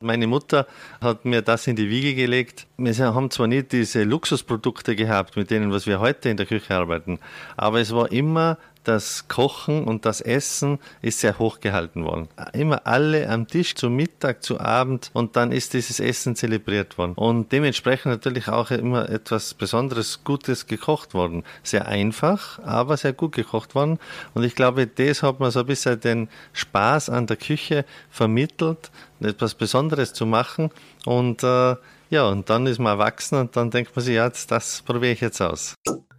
Meine Mutter hat mir das in die Wiege gelegt. Wir haben zwar nicht diese Luxusprodukte gehabt, mit denen was wir heute in der Küche arbeiten, aber es war immer das Kochen und das Essen ist sehr hoch gehalten worden. Immer alle am Tisch, zu Mittag, zu Abend und dann ist dieses Essen zelebriert worden. Und dementsprechend natürlich auch immer etwas Besonderes, Gutes gekocht worden. Sehr einfach, aber sehr gut gekocht worden. Und ich glaube, das hat man so ein bisschen den Spaß an der Küche vermittelt, etwas Besonderes zu machen. Und und dann ist man erwachsen und dann denkt man sich, ja, das probiere ich jetzt aus.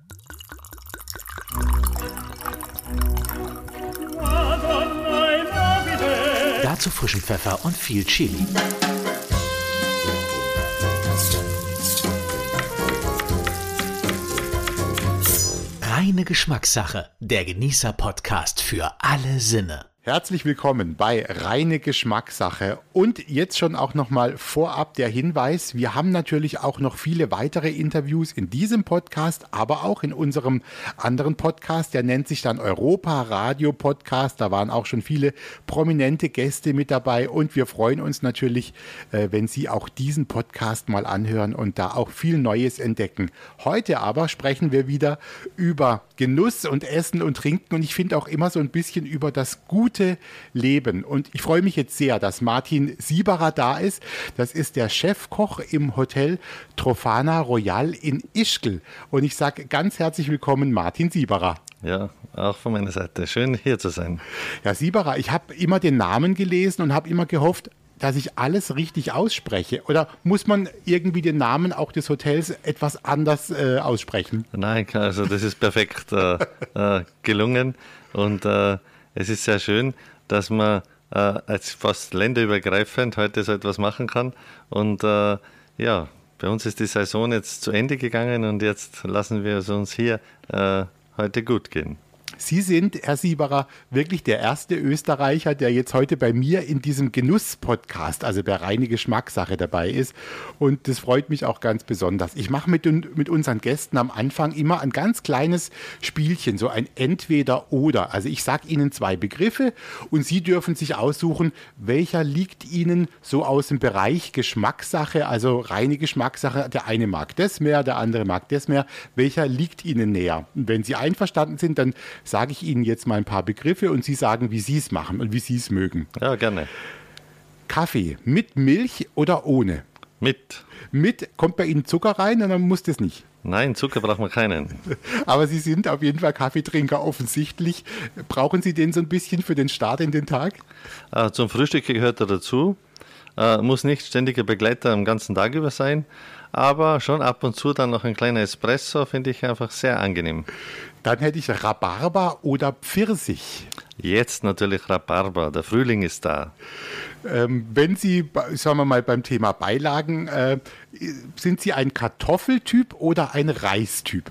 Dazu frischen Pfeffer und viel Chili. Reine Geschmackssache, der Genießer-Podcast für alle Sinne. Herzlich willkommen bei Reine Geschmackssache und jetzt schon auch nochmal vorab der Hinweis, wir haben natürlich auch noch viele weitere Interviews in diesem Podcast, aber auch in unserem anderen Podcast, der nennt sich dann Europa Radio Podcast, da waren auch schon viele prominente Gäste mit dabei und wir freuen uns natürlich, wenn Sie auch diesen Podcast mal anhören und da auch viel Neues entdecken. Heute aber sprechen wir wieder über Genuss und Essen und Trinken und ich finde auch immer so ein bisschen über das gute Leben. Und ich freue mich jetzt sehr, dass Martin Sieberer da ist. Das ist der Chefkoch im Hotel Trofana Royal in Ischgl. Und ich sage ganz herzlich willkommen, Martin Sieberer. Ja, auch von meiner Seite. Schön, hier zu sein. Ja, Sieberer, ich habe immer den Namen gelesen und habe immer gehofft, dass ich alles richtig ausspreche? Oder muss man irgendwie den Namen auch des Hotels etwas anders aussprechen? Nein, also das ist perfekt gelungen und es ist sehr schön, dass man als fast länderübergreifend heute so etwas machen kann. Und bei uns ist die Saison jetzt zu Ende gegangen und jetzt lassen wir es uns hier heute gut gehen. Sie sind, Herr Sieberer, wirklich der erste Österreicher, der jetzt heute bei mir in diesem Genuss-Podcast, also bei Reine Geschmackssache dabei ist. Und das freut mich auch ganz besonders. Ich mache mit unseren Gästen am Anfang immer ein ganz kleines Spielchen, so ein Entweder-Oder. Also ich sage Ihnen zwei Begriffe und Sie dürfen sich aussuchen, welcher liegt Ihnen so aus dem Bereich Geschmackssache, also reine Geschmackssache. Der eine mag das mehr, der andere mag das mehr. Welcher liegt Ihnen näher? Und wenn Sie einverstanden sind, dann sage ich Ihnen jetzt mal ein paar Begriffe und Sie sagen, wie Sie es machen und wie Sie es mögen. Ja, gerne. Kaffee mit Milch oder ohne? Mit. Mit, kommt bei Ihnen Zucker rein und dann muss das nicht? Nein, Zucker braucht man keinen. Aber Sie sind auf jeden Fall Kaffeetrinker offensichtlich. Brauchen Sie den so ein bisschen für den Start in den Tag? Zum Frühstück gehört er dazu. Muss nicht ständiger Begleiter am ganzen Tag über sein, aber schon ab und zu dann noch ein kleiner Espresso finde ich einfach sehr angenehm. Dann hätte ich Rhabarber oder Pfirsich. Jetzt natürlich Rhabarber, der Frühling ist da. Wenn Sie, sagen wir mal beim Thema Beilagen, sind Sie ein Kartoffeltyp oder ein Reistyp?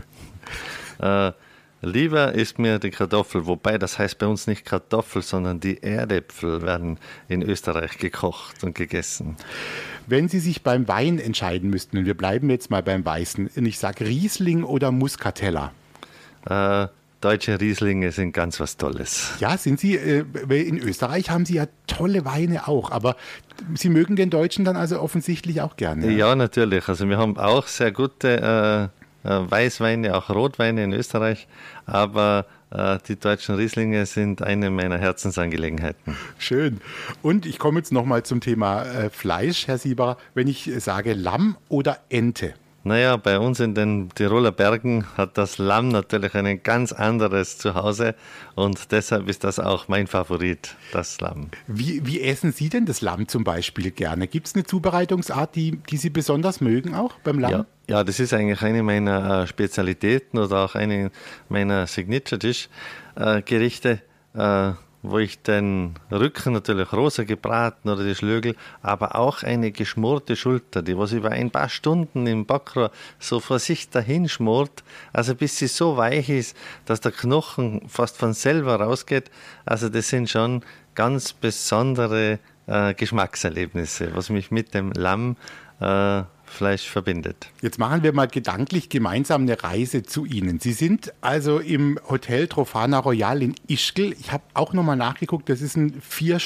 Lieber ist mir die Kartoffel, wobei das heißt bei uns nicht Kartoffel, sondern die Erdäpfel werden in Österreich gekocht und gegessen. Wenn Sie sich beim Wein entscheiden müssten, und wir bleiben jetzt mal beim Weißen, und ich sage Riesling oder Muscatella? Deutsche Rieslinge sind ganz was Tolles. Ja, sind Sie, in Österreich haben Sie ja tolle Weine auch, aber Sie mögen den Deutschen dann also offensichtlich auch gerne. Ja, natürlich. Also wir haben auch sehr gute Weißweine, auch Rotweine in Österreich, aber die deutschen Rieslinge sind eine meiner Herzensangelegenheiten. Schön. Und ich komme jetzt nochmal zum Thema Fleisch, Herr Sieberer. Wenn ich sage Lamm oder Ente? Naja, bei uns in den Tiroler Bergen hat das Lamm natürlich ein ganz anderes Zuhause und deshalb ist das auch mein Favorit, das Lamm. Wie essen Sie denn das Lamm zum Beispiel gerne? Gibt es eine Zubereitungsart, die Sie besonders mögen auch beim Lamm? Ja, das ist eigentlich eine meiner Spezialitäten oder auch eine meiner Signature-Dish-Gerichte, wo ich den Rücken natürlich rosa gebraten oder die Schlögel, aber auch eine geschmorte Schulter, die was über ein paar Stunden im Backrohr so vor sich dahin schmort, also bis sie so weich ist, dass der Knochen fast von selber rausgeht. Also das sind schon ganz besondere Geschmackserlebnisse, was mich mit dem Lammfleisch verbindet. Jetzt machen wir mal gedanklich gemeinsam eine Reise zu Ihnen. Sie sind also im Hotel Trofana Royal in Ischgl. Ich habe auch nochmal nachgeguckt, das ist ein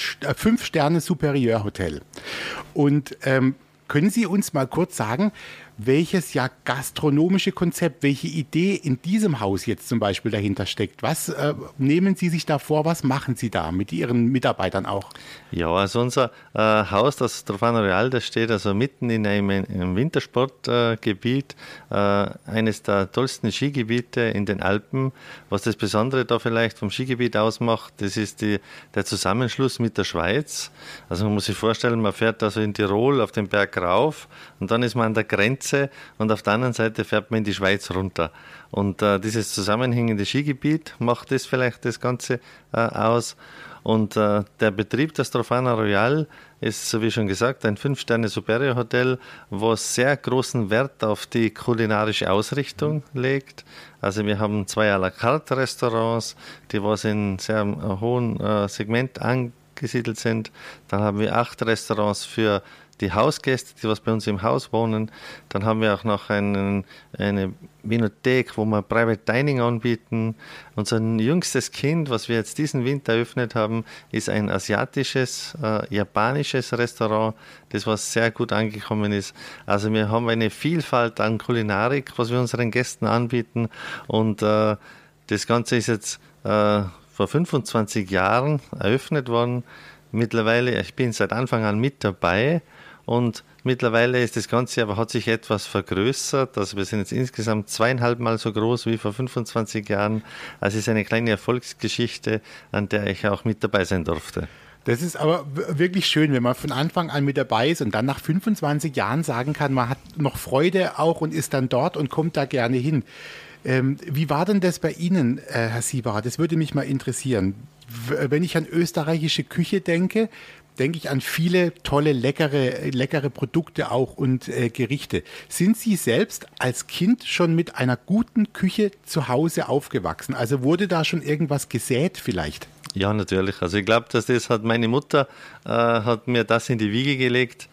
5-Sterne-Superieur-Hotel. Und können Sie uns mal kurz sagen, welches gastronomische Konzept, welche Idee in diesem Haus jetzt zum Beispiel dahinter steckt? Was nehmen Sie sich da vor, was machen Sie da mit Ihren Mitarbeitern auch? Ja, also unser Haus, das Trofana Royal, das steht also mitten in einem Wintersportgebiet, eines der tollsten Skigebiete in den Alpen. Was das Besondere da vielleicht vom Skigebiet ausmacht, das ist der Zusammenschluss mit der Schweiz. Also man muss sich vorstellen, man fährt also in Tirol auf den Berg rauf und dann ist man an der Grenze und auf der anderen Seite fährt man in die Schweiz runter. Und dieses zusammenhängende Skigebiet macht das vielleicht das Ganze aus. Und der Betrieb des Trofana Royal ist, so wie schon gesagt, ein 5-Sterne-Superior-Hotel, was sehr großen Wert auf die kulinarische Ausrichtung legt. Also wir haben 2 à la carte Restaurants, die was in sehr hohem Segment angesiedelt sind. Dann haben wir 8 Restaurants für die Hausgäste, die was bei uns im Haus wohnen. Dann haben wir auch noch eine Vinothek, wo wir Private Dining anbieten. Unser jüngstes Kind, was wir jetzt diesen Winter eröffnet haben, ist ein asiatisches, japanisches Restaurant, das was sehr gut angekommen ist. Also wir haben eine Vielfalt an Kulinarik, was wir unseren Gästen anbieten. Und das Ganze ist jetzt vor 25 Jahren eröffnet worden. Mittlerweile, ich bin seit Anfang an mit dabei. Und mittlerweile ist das Ganze aber hat sich etwas vergrößert. Also wir sind jetzt insgesamt 2,5 Mal so groß wie vor 25 Jahren. Also es ist eine kleine Erfolgsgeschichte, an der ich auch mit dabei sein durfte. Das ist aber wirklich schön, wenn man von Anfang an mit dabei ist und dann nach 25 Jahren sagen kann, man hat noch Freude auch und ist dann dort und kommt da gerne hin. Wie war denn das bei Ihnen, Herr Siebacher? Das würde mich mal interessieren. Wenn ich an österreichische Küche denke ich an viele tolle, leckere Produkte auch und Gerichte. Sind Sie selbst als Kind schon mit einer guten Küche zu Hause aufgewachsen? Also wurde da schon irgendwas gesät vielleicht? Ja, natürlich. Also ich glaube, dass das hat meine Mutter hat mir das in die Wiege gelegt.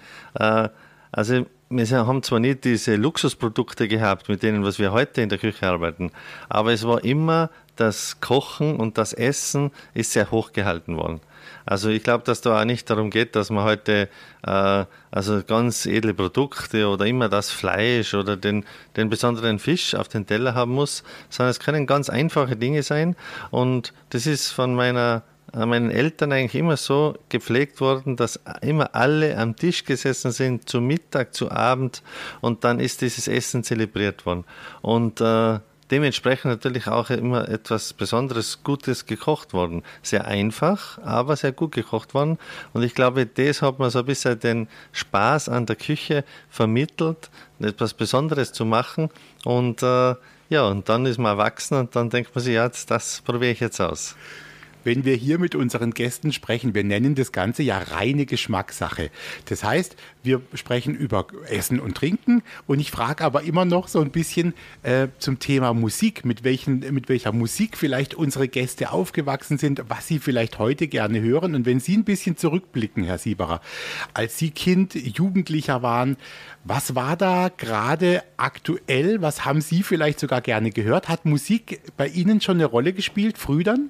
Also wir haben zwar nicht diese Luxusprodukte gehabt, mit denen was wir heute in der Küche arbeiten, aber es war immer das Kochen und das Essen ist sehr hoch gehalten worden. Also ich glaube, dass da auch nicht darum geht, dass man heute also ganz edle Produkte oder immer das Fleisch oder den besonderen Fisch auf den Teller haben muss, sondern es können ganz einfache Dinge sein. Und das ist von meinen Eltern eigentlich immer so gepflegt worden, dass immer alle am Tisch gesessen sind, zu Mittag, zu Abend, und dann ist dieses Essen zelebriert worden. Und dementsprechend natürlich auch immer etwas Besonderes, Gutes gekocht worden. Sehr einfach, aber sehr gut gekocht worden. Und ich glaube, das hat man so ein bisschen den Spaß an der Küche vermittelt, etwas Besonderes zu machen. Und und dann ist man erwachsen und dann denkt man sich, ja, das probiere ich jetzt aus. Wenn wir hier mit unseren Gästen sprechen, wir nennen das Ganze ja reine Geschmackssache. Das heißt, wir sprechen über Essen und Trinken und ich frage aber immer noch so ein bisschen zum Thema Musik, mit welcher Musik vielleicht unsere Gäste aufgewachsen sind, was sie vielleicht heute gerne hören. Und wenn Sie ein bisschen zurückblicken, Herr Siebacher, als Sie Kind, Jugendlicher waren, was war da gerade aktuell? Was haben Sie vielleicht sogar gerne gehört? Hat Musik bei Ihnen schon eine Rolle gespielt, früh dann?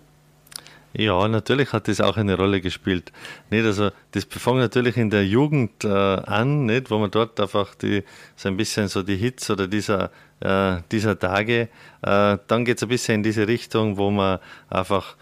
Ja, natürlich hat das auch eine Rolle gespielt. Nicht, also das fängt natürlich in der Jugend an, nicht, wo man dort einfach so ein bisschen so die Hits oder dieser Tage, dann geht es ein bisschen in diese Richtung, wo man einfach,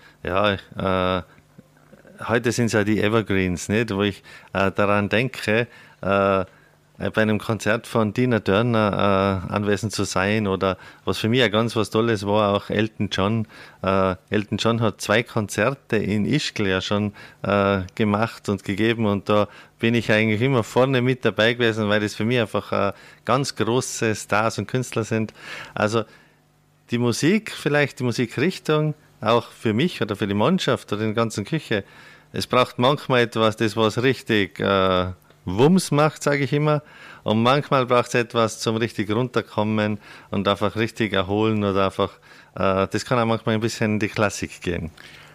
heute sind es ja die Evergreens, nicht, wo ich daran denke, bei einem Konzert von Tina Turner anwesend zu sein, oder was für mich ja ganz was Tolles war, auch Elton John. Elton John hat 2 Konzerte in Ischgl ja schon gemacht und gegeben, und da bin ich eigentlich immer vorne mit dabei gewesen, weil das für mich einfach ganz große Stars und Künstler sind. Also die Musik, vielleicht die Musikrichtung, auch für mich oder für die Mannschaft oder die ganze Küche, es braucht manchmal etwas, das was richtig Wumms macht, sage ich immer. Und manchmal braucht es etwas zum richtig runterkommen und einfach richtig erholen oder einfach, das kann auch manchmal ein bisschen in die Klassik gehen.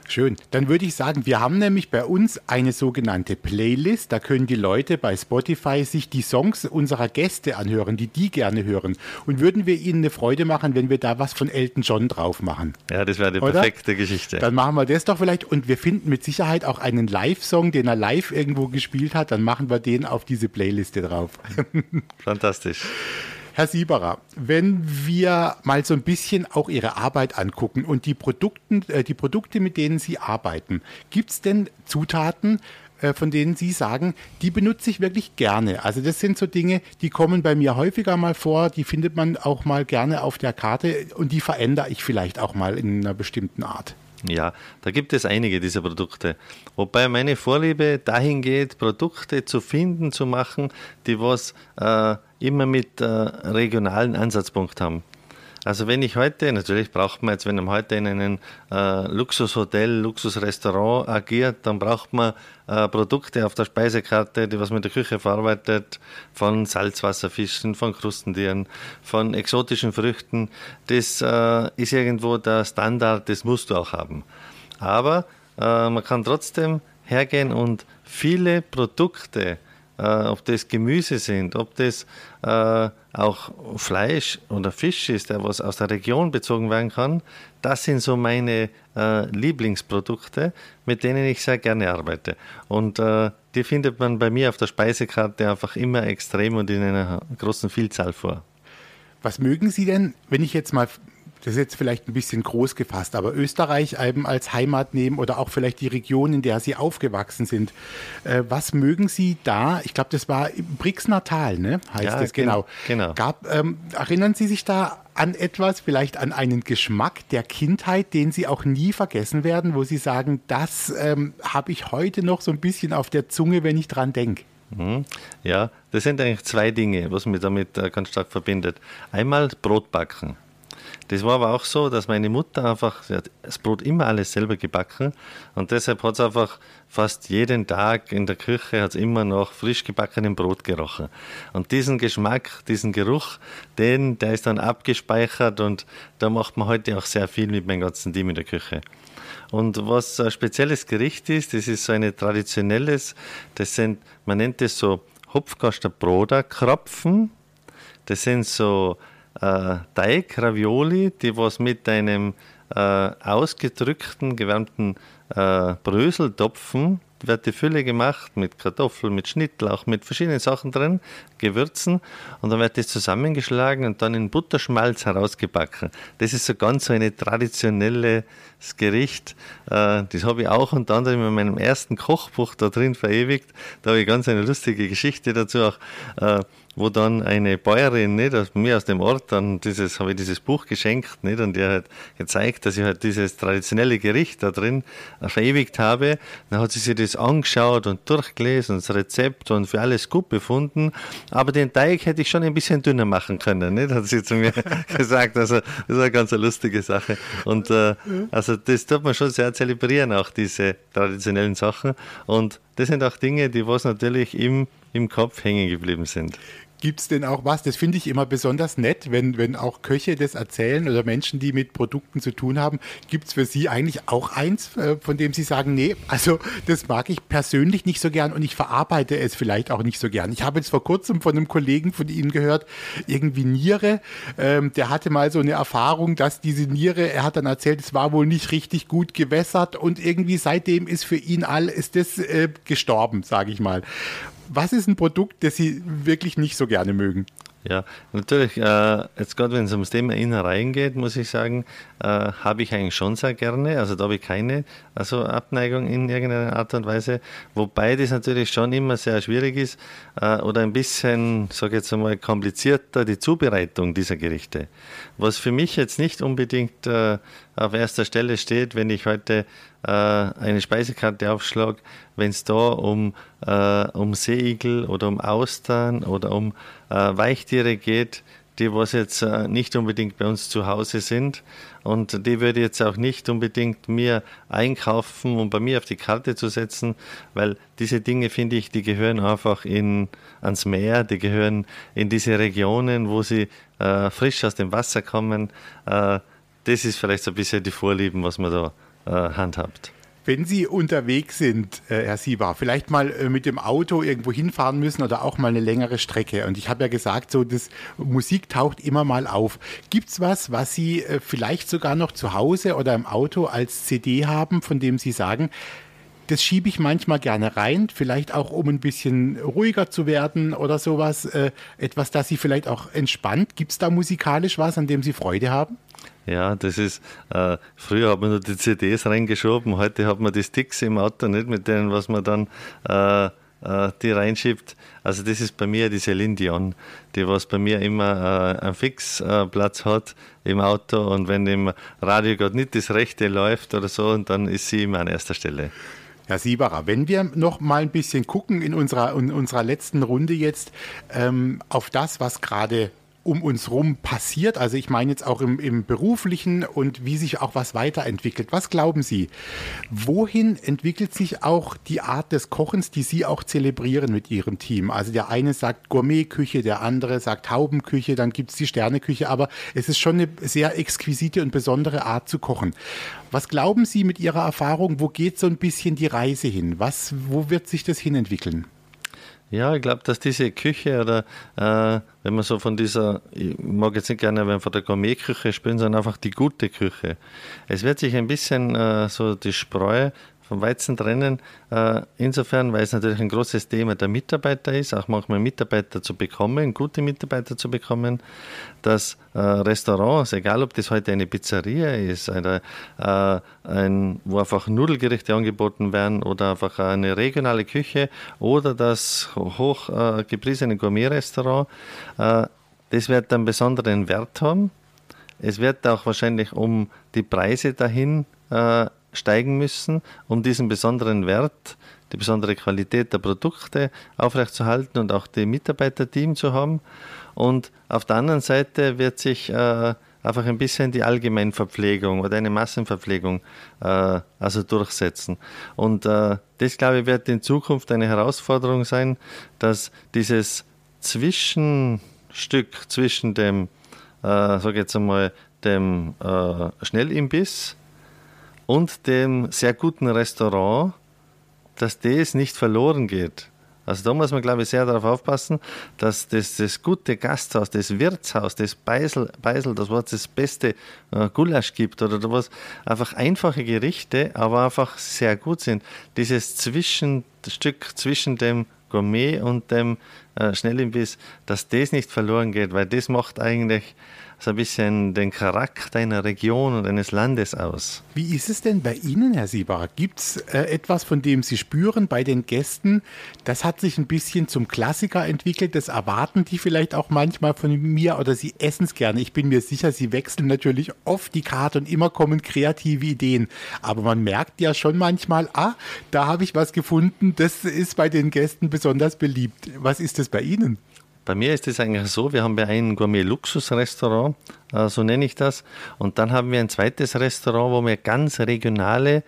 Schön. Dann würde ich sagen, wir haben nämlich bei uns eine sogenannte Playlist. Da können die Leute bei Spotify sich die Songs unserer Gäste anhören, die gerne hören. Und würden wir ihnen eine Freude machen, wenn wir da was von Elton John drauf machen? Ja, das wäre die perfekte Geschichte. Dann machen wir das doch vielleicht. Und wir finden mit Sicherheit auch einen Live-Song, den er live irgendwo gespielt hat. Dann machen wir den auf diese Playliste drauf. Fantastisch. Herr Sieberer, wenn wir mal so ein bisschen auch Ihre Arbeit angucken und die Produkte, mit denen Sie arbeiten, gibt es denn Zutaten, von denen Sie sagen, die benutze ich wirklich gerne? Also das sind so Dinge, die kommen bei mir häufiger mal vor, die findet man auch mal gerne auf der Karte und die verändere ich vielleicht auch mal in einer bestimmten Art. Ja, da gibt es einige dieser Produkte. Wobei meine Vorliebe dahin geht, Produkte zu finden, zu machen, die was immer mit regionalen Ansatzpunkt haben. Also wenn ich heute, natürlich braucht man jetzt, wenn man heute in einem Luxushotel, Luxusrestaurant agiert, dann braucht man Produkte auf der Speisekarte, die was man in der Küche verarbeitet, von Salzwasserfischen, von Krustentieren, von exotischen Früchten. Das ist irgendwo der Standard, das musst du auch haben. Aber man kann trotzdem hergehen und viele Produkte, ob das Gemüse sind, ob das auch Fleisch oder Fisch ist, der was aus der Region bezogen werden kann, das sind so meine Lieblingsprodukte, mit denen ich sehr gerne arbeite. Und die findet man bei mir auf der Speisekarte einfach immer extrem und in einer großen Vielzahl vor. Was mögen Sie denn, wenn ich jetzt mal, das ist jetzt vielleicht ein bisschen groß gefasst, aber Österreich eben als Heimat nehmen oder auch vielleicht die Region, in der Sie aufgewachsen sind. Was mögen Sie da? Ich glaube, das war Brixner Tal, ne? Heißt das genau. Erinnern Sie sich da an etwas, vielleicht an einen Geschmack der Kindheit, den Sie auch nie vergessen werden, wo Sie sagen, das habe ich heute noch so ein bisschen auf der Zunge, wenn ich dran denke? Ja, das sind eigentlich zwei Dinge, was mich damit ganz stark verbindet. Einmal Brotbacken. Das war aber auch so, dass meine Mutter einfach, sie hat das Brot immer alles selber gebacken und deshalb hat es einfach fast jeden Tag in der Küche hat's immer noch frisch gebackenem Brot gerochen. Und diesen Geschmack, diesen Geruch, der ist dann abgespeichert und da macht man heute auch sehr viel mit meinem ganzen Team in der Küche. Und was ein spezielles Gericht ist, das ist so ein traditionelles, man nennt das so Hopfgaster-Broder-Krapfen, das sind so Teig, Ravioli, die was mit einem ausgedrückten, gewärmten Bröseltopfen wird die Fülle gemacht mit Kartoffeln, mit Schnittlauch, mit verschiedenen Sachen drin, Gewürzen und dann wird das zusammengeschlagen und dann in Butterschmalz herausgebacken. Das ist so ganz so ein traditionelles Gericht. Das habe ich auch unter anderem in meinem ersten Kochbuch da drin verewigt. Da habe ich ganz eine lustige Geschichte dazu auch, wo dann eine Bäuerin, nicht, aus mir aus dem Ort, dann habe ich dieses Buch geschenkt, nicht, und die hat gezeigt, dass ich halt dieses traditionelle Gericht da drin verewigt habe. Dann hat sie sich das angeschaut und durchgelesen und das Rezept und für alles gut befunden, aber den Teig hätte ich schon ein bisschen dünner machen können, nicht, hat sie zu mir gesagt. Also das ist eine ganz lustige Sache und also das tut man schon sehr zelebrieren, auch diese traditionellen Sachen, und das sind auch Dinge, die was natürlich im Kopf hängen geblieben sind. Gibt es denn auch was, das finde ich immer besonders nett, wenn auch Köche das erzählen oder Menschen, die mit Produkten zu tun haben, gibt es für Sie eigentlich auch eins, von dem Sie sagen, nee, also das mag ich persönlich nicht so gern und ich verarbeite es vielleicht auch nicht so gern. Ich habe jetzt vor kurzem von einem Kollegen von Ihnen gehört, irgendwie Niere, der hatte mal so eine Erfahrung, dass diese Niere, er hat dann erzählt, es war wohl nicht richtig gut gewässert und irgendwie seitdem ist für ihn ist das gestorben, sage ich mal. Was ist ein Produkt, das Sie wirklich nicht so gerne mögen? Ja, natürlich, jetzt gerade wenn es ums Thema Innereien geht, muss ich sagen, habe ich eigentlich schon sehr gerne, also da habe ich keine Abneigung in irgendeiner Art und Weise, wobei das natürlich schon immer sehr schwierig ist oder ein bisschen, sage ich jetzt einmal, komplizierter, die Zubereitung dieser Gerichte. Was für mich jetzt nicht unbedingt auf erster Stelle steht, wenn ich heute eine Speisekarte aufschlage, wenn es da um Seeigel oder um Austern oder um Weichtiere geht, die was jetzt nicht unbedingt bei uns zu Hause sind, und die würde ich jetzt auch nicht unbedingt mir einkaufen, um bei mir auf die Karte zu setzen, weil diese Dinge, finde ich, die gehören einfach ans Meer, die gehören in diese Regionen, wo sie frisch aus dem Wasser kommen. Das ist vielleicht so ein bisschen die Vorlieben, was man da handhabt. Wenn Sie unterwegs sind, Herr Sieber, vielleicht mal mit dem Auto irgendwo hinfahren müssen oder auch mal eine längere Strecke. Und ich habe ja gesagt, so das Musik taucht immer mal auf. Gibt's was Sie vielleicht sogar noch zu Hause oder im Auto als CD haben, von dem Sie sagen, das schiebe ich manchmal gerne rein, vielleicht auch um ein bisschen ruhiger zu werden oder sowas. Etwas, das Sie vielleicht auch entspannt. Gibt's da musikalisch was, an dem Sie Freude haben? Ja, das ist, früher hat man nur die CDs reingeschoben, heute hat man die Sticks im Auto, nicht mit denen, was man dann die reinschiebt. Also das ist bei mir die Celine Dion, die was bei mir immer einen Fixplatz hat im Auto, und wenn im Radio gerade nicht das Rechte läuft oder so, und dann ist sie immer an erster Stelle. Herr Sieberer, wenn wir noch mal ein bisschen gucken in unserer letzten Runde jetzt auf das, was gerade um uns rum passiert, also ich meine jetzt auch im Beruflichen und wie sich auch was weiterentwickelt. Was glauben Sie, wohin entwickelt sich auch die Art des Kochens, die Sie auch zelebrieren mit Ihrem Team? Also der eine sagt Gourmetküche, der andere sagt Haubenküche, dann gibt es die Sterneküche, aber es ist schon eine sehr exquisite und besondere Art zu kochen. Was glauben Sie mit Ihrer Erfahrung, wo geht so ein bisschen die Reise hin? Wo wird sich das hinentwickeln? Ja, ich glaube, dass diese Küche oder wenn man so von dieser, ich mag jetzt nicht gerne wenn von der Gourmetküche spielen, sondern einfach die gute Küche. Es wird sich ein bisschen so die Spreu vom Weizen trennen, insofern, weil es natürlich ein großes Thema der Mitarbeiter ist, auch manchmal Mitarbeiter zu bekommen, gute Mitarbeiter zu bekommen, dass Restaurants, egal ob das heute eine Pizzeria ist, wo einfach Nudelgerichte angeboten werden oder einfach eine regionale Küche oder das hochgepriesene Gourmet-Restaurant, das wird einen besonderen Wert haben. Es wird auch wahrscheinlich um die Preise dahin steigen müssen, um diesen besonderen Wert, die besondere Qualität der Produkte aufrechtzuerhalten und auch die Mitarbeiterteam zu haben. Und auf der anderen Seite wird sich einfach ein bisschen die Allgemeinverpflegung oder eine Massenverpflegung also durchsetzen. Und das, glaube ich, wird in Zukunft eine Herausforderung sein, dass dieses Zwischenstück zwischen dem, sage ich jetzt einmal, dem Schnellimbiss und dem sehr guten Restaurant, dass das nicht verloren geht. Also da muss man, glaube ich, sehr darauf aufpassen, dass das gute Gasthaus, das Wirtshaus, das Beisel, das was das beste Gulasch gibt oder was einfach einfache Gerichte, aber einfach sehr gut sind. Dieses Zwischenstück zwischen dem Gourmet und dem Schnellimbiss, dass das nicht verloren geht, weil das macht eigentlich so ein bisschen den Charakter einer Region und eines Landes aus. Wie ist es denn bei Ihnen, Herr Sieberer? Gibt es etwas, von dem Sie spüren bei den Gästen, das hat sich ein bisschen zum Klassiker entwickelt, das erwarten die vielleicht auch manchmal von mir oder Sie essen es gerne. Ich bin mir sicher, Sie wechseln natürlich oft die Karte und immer kommen kreative Ideen. Aber man merkt ja schon manchmal, da habe ich was gefunden, das ist bei den Gästen besonders beliebt. Was ist das bei Ihnen? Bei mir ist es eigentlich so, wir haben ja ein Gourmet-Luxus-Restaurant, so nenne ich das, und dann haben wir ein zweites Restaurant, wo wir ganz regionale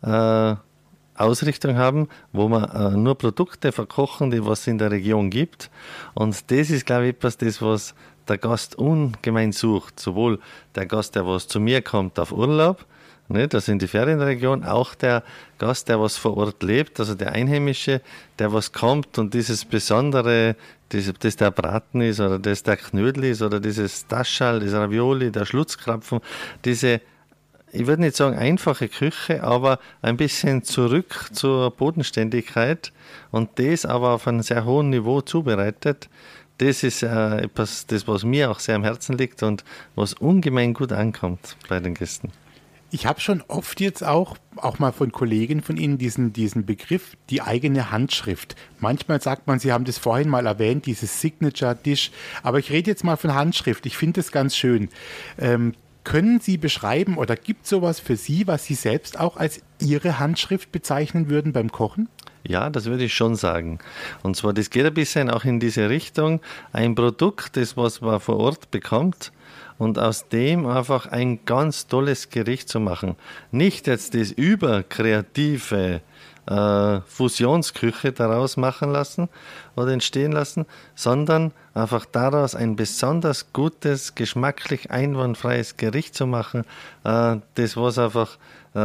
Ausrichtung haben, wo wir nur Produkte verkochen, die was es in der Region gibt, und das ist, glaube ich, etwas, das was der Gast ungemein sucht, sowohl der Gast, der was zu mir kommt auf Urlaub, nicht, also in die Ferienregion, auch der Gast, der was vor Ort lebt, also der Einheimische, der was kommt und dieses Besondere, das der Braten ist oder das der Knödel ist oder dieses Taschal, das Ravioli, der Schlutzkrapfen, diese, ich würde nicht sagen einfache Küche, aber ein bisschen zurück zur Bodenständigkeit und das aber auf einem sehr hohen Niveau zubereitet. Das ist etwas, das was mir auch sehr am Herzen liegt und was ungemein gut ankommt bei den Gästen. Ich habe schon oft jetzt auch mal von Kollegen von Ihnen diesen Begriff, die eigene Handschrift. Manchmal sagt man, Sie haben das vorhin mal erwähnt, dieses Signature-Dish. Aber ich rede jetzt mal von Handschrift. Ich finde das ganz schön. Können Sie beschreiben oder gibt es sowas für Sie, was Sie selbst auch als Ihre Handschrift bezeichnen würden beim Kochen? Ja, das würde ich schon sagen. Und zwar, das geht ein bisschen auch in diese Richtung. Ein Produkt, das was man vor Ort bekommt, und aus dem einfach ein ganz tolles Gericht zu machen. Nicht jetzt das überkreative Fusionsküche daraus machen lassen oder entstehen lassen, sondern einfach daraus ein besonders gutes, geschmacklich einwandfreies Gericht zu machen, das was einfach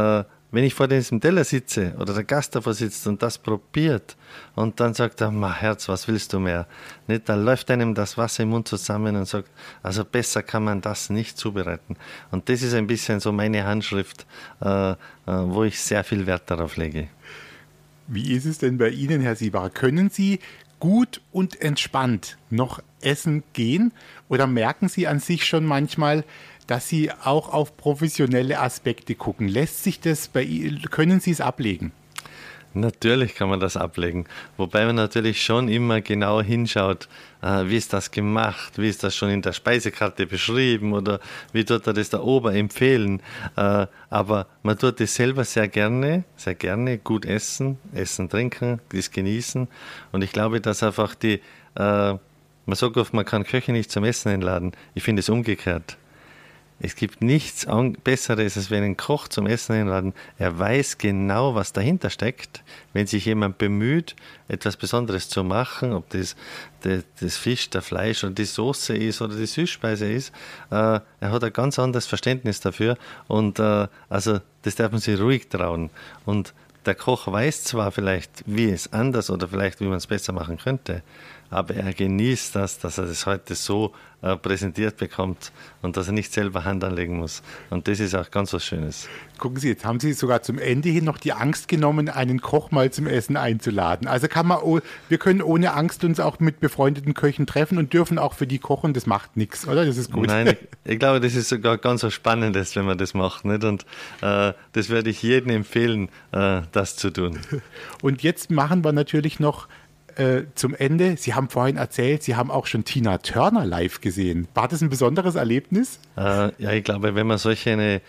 wenn ich vor diesem Teller sitze oder der Gast davor sitzt und das probiert und dann sagt er, Herz, was willst du mehr? Nicht, dann läuft einem das Wasser im Mund zusammen und sagt, also besser kann man das nicht zubereiten. Und das ist ein bisschen so meine Handschrift, wo ich sehr viel Wert darauf lege. Wie ist es denn bei Ihnen, Herr Siebacher? Können Sie gut und entspannt noch essen gehen oder merken Sie an sich schon manchmal, dass Sie auch auf professionelle Aspekte gucken? Lässt sich das bei Ihnen, können Sie es ablegen? Natürlich kann man das ablegen, wobei man natürlich schon immer genau hinschaut, wie ist das gemacht, wie ist das schon in der Speisekarte beschrieben oder wie tut er das der Ober empfehlen. Aber man tut es selber sehr gerne gut essen, trinken, das genießen. Und ich glaube, dass einfach man sagt oft, man kann Köche nicht zum Essen einladen. Ich finde es umgekehrt. Es gibt nichts Besseres, als wenn ein Koch zum Essen einladen. Er weiß genau, was dahinter steckt. Wenn sich jemand bemüht, etwas Besonderes zu machen, ob das Fisch, der Fleisch oder die Soße ist oder die Süßspeise ist, er hat ein ganz anderes Verständnis dafür. Und also das darf man sich ruhig trauen. Und der Koch weiß zwar vielleicht, wie es anders oder vielleicht, wie man es besser machen könnte, aber er genießt das, dass er das heute so präsentiert bekommt und dass er nicht selber Hand anlegen muss. Und das ist auch ganz was Schönes. Gucken Sie, jetzt haben Sie sogar zum Ende hin noch die Angst genommen, einen Koch mal zum Essen einzuladen. Also wir können ohne Angst uns auch mit befreundeten Köchen treffen und dürfen auch für die kochen. Das macht nichts, oder? Das ist gut. Nein, ich glaube, das ist sogar ganz was Spannendes, wenn man das macht. Nicht? Und das würde ich jedem empfehlen, das zu tun. Und jetzt machen wir natürlich noch zum Ende, Sie haben vorhin erzählt, Sie haben auch schon Tina Turner live gesehen. War das ein besonderes Erlebnis? Ja, ich glaube, wenn man solche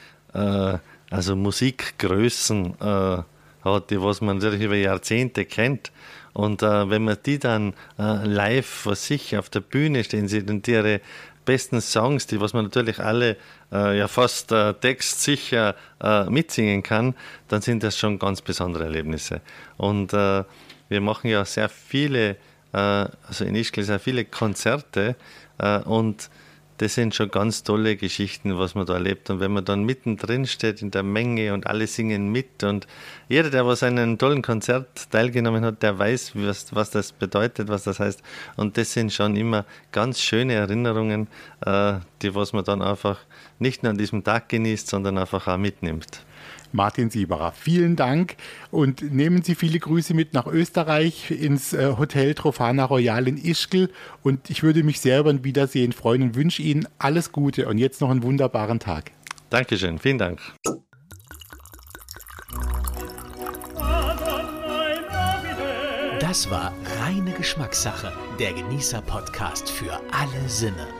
Musikgrößen hat, die was man natürlich über Jahrzehnte kennt, und wenn man die dann live vor sich auf der Bühne stehen sieht und ihre besten Songs, die was man natürlich alle fast textsicher mitsingen kann, dann sind das schon ganz besondere Erlebnisse. Und wir machen ja sehr viele, also in Ischgl sehr viele Konzerte und das sind schon ganz tolle Geschichten, was man da erlebt. Und wenn man dann mittendrin steht in der Menge und alle singen mit und jeder, der was an einem tollen Konzert teilgenommen hat, der weiß, was das bedeutet, was das heißt. Und das sind schon immer ganz schöne Erinnerungen, die was man dann einfach nicht nur an diesem Tag genießt, sondern einfach auch mitnimmt. Martin Siebacher, vielen Dank und nehmen Sie viele Grüße mit nach Österreich ins Hotel Trofana Royal in Ischgl und ich würde mich sehr über ein Wiedersehen freuen und wünsche Ihnen alles Gute und jetzt noch einen wunderbaren Tag. Dankeschön, vielen Dank. Das war Reine Geschmackssache, der Genießer-Podcast für alle Sinne.